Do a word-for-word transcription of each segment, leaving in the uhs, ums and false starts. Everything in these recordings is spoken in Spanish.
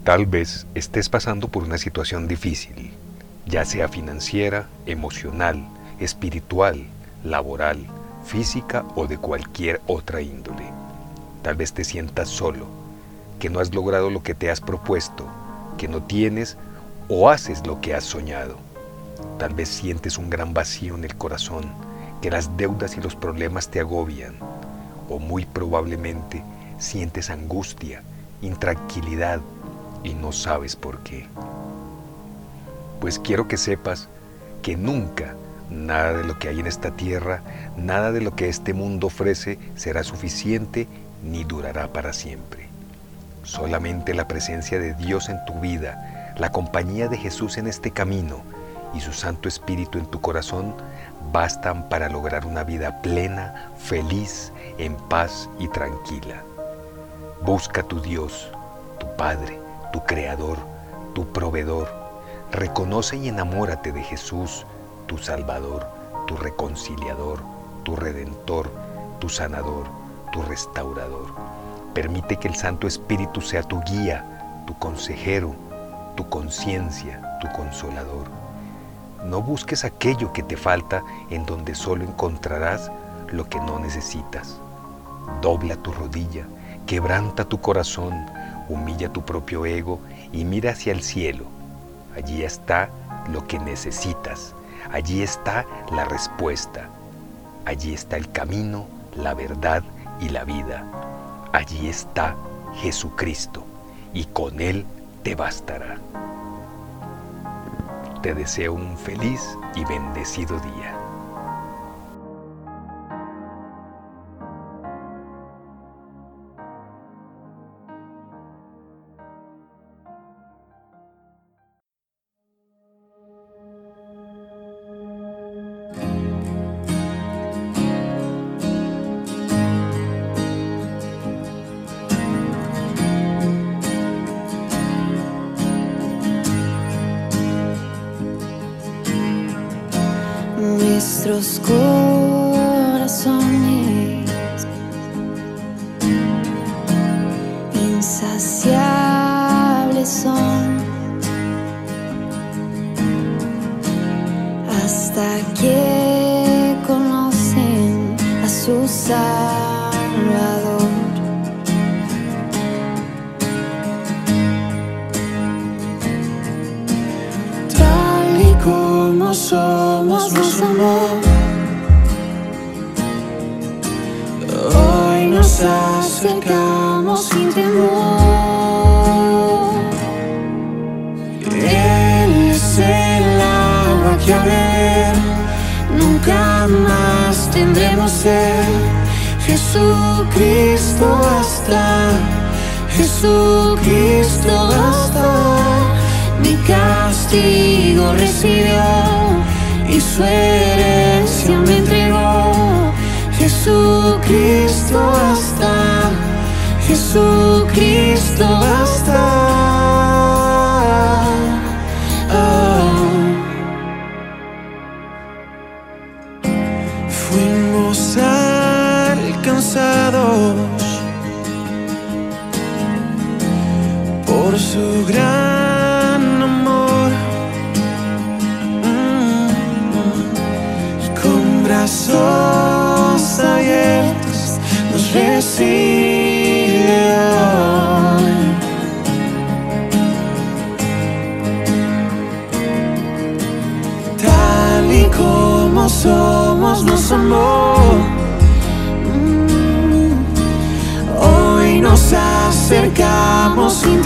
Tal vez estés pasando por una situación difícil, ya sea financiera, emocional, espiritual, laboral, física o de cualquier otra índole. Tal vez te sientas solo, que no has logrado lo que te has propuesto, que no tienes o haces lo que has soñado. Tal vez sientes un gran vacío en el corazón, que las deudas y los problemas te agobian, o muy probablemente sientes angustia, intranquilidad y no sabes por qué. Pues quiero que sepas que nunca nada de lo que hay en esta tierra, nada de lo que este mundo ofrece será suficiente ni durará para siempre. Solamente la presencia de Dios en tu vida, la compañía de Jesús en este camino y su Santo Espíritu en tu corazón bastan para lograr una vida plena, feliz, en paz y tranquila. Busca a tu Dios, tu Padre, tu Creador, tu Proveedor. Reconoce y enamórate de Jesús, tu Salvador, tu Reconciliador, tu Redentor, tu Sanador, tu Restaurador. Permite que el Santo Espíritu sea tu guía, tu consejero, tu conciencia, tu consolador. No busques aquello que te falta en donde solo encontrarás lo que no necesitas. Dobla tu rodilla, quebranta tu corazón, humilla tu propio ego y mira hacia el cielo. Allí está lo que necesitas, allí está la respuesta, allí está el camino, la verdad y la vida. Allí está Jesucristo y con Él te bastará. Te deseo un feliz y bendecido día. Nuestros corazones insaciables son hasta que conocen a su Salvador. Tal y como somos, nos amó. Hoy nos acercamos sin temor. Él es el agua que a beber nunca más tendremos sed. Jesucristo basta, Jesucristo basta. Mi castigo recibió y su herencia me entregó. Jesucristo basta, Jesucristo basta. Oh. Fuimos alcanzados por su gran amor. Con brazos abiertos nos recibe hoy. Tal y como somos nos amó. Hoy nos acercamos sin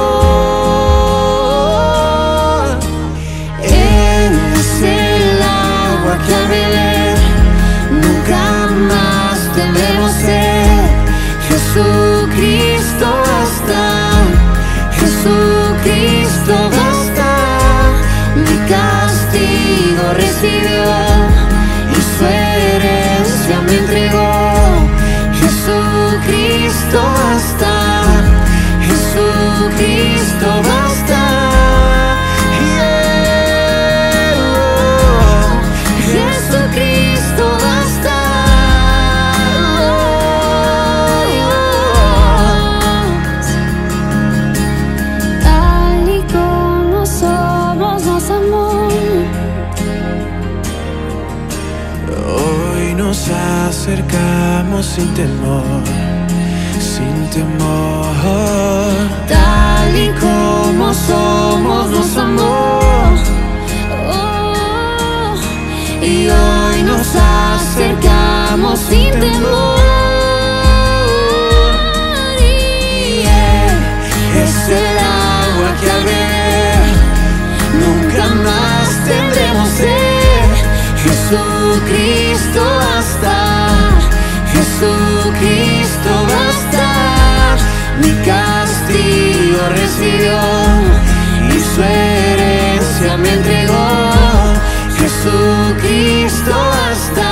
temor. Él es el agua que a beber nunca más tendremos sed. Jesucristo basta, Jesucristo basta. Mi castigo recibió y su herencia me entregó. Jesucristo basta, Jesucristo basta. Jesucristo basta. Ah. acercamos sin temor, sin temor. Tal y como somos nos amó, oh, y hoy nos acercamos sin temor. Y Él es el agua que al beber nunca más tendremos sed. Jesucristo basta, Jesucristo basta. Mi castigo recibió y su herencia me entregó. Jesucristo basta,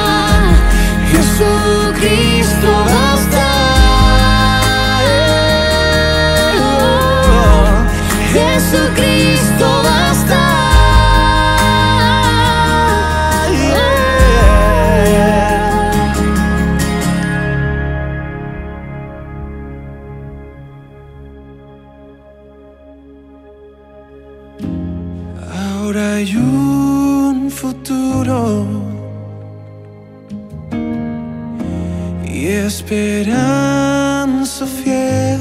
Jesucristo basta. Oh, Jesucristo basta. Ahora hay un futuro y esperanza fiel.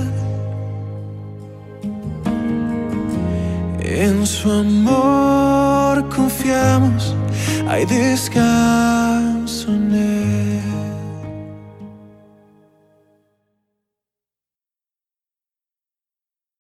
En su amor confiamos, hay descanso en Él.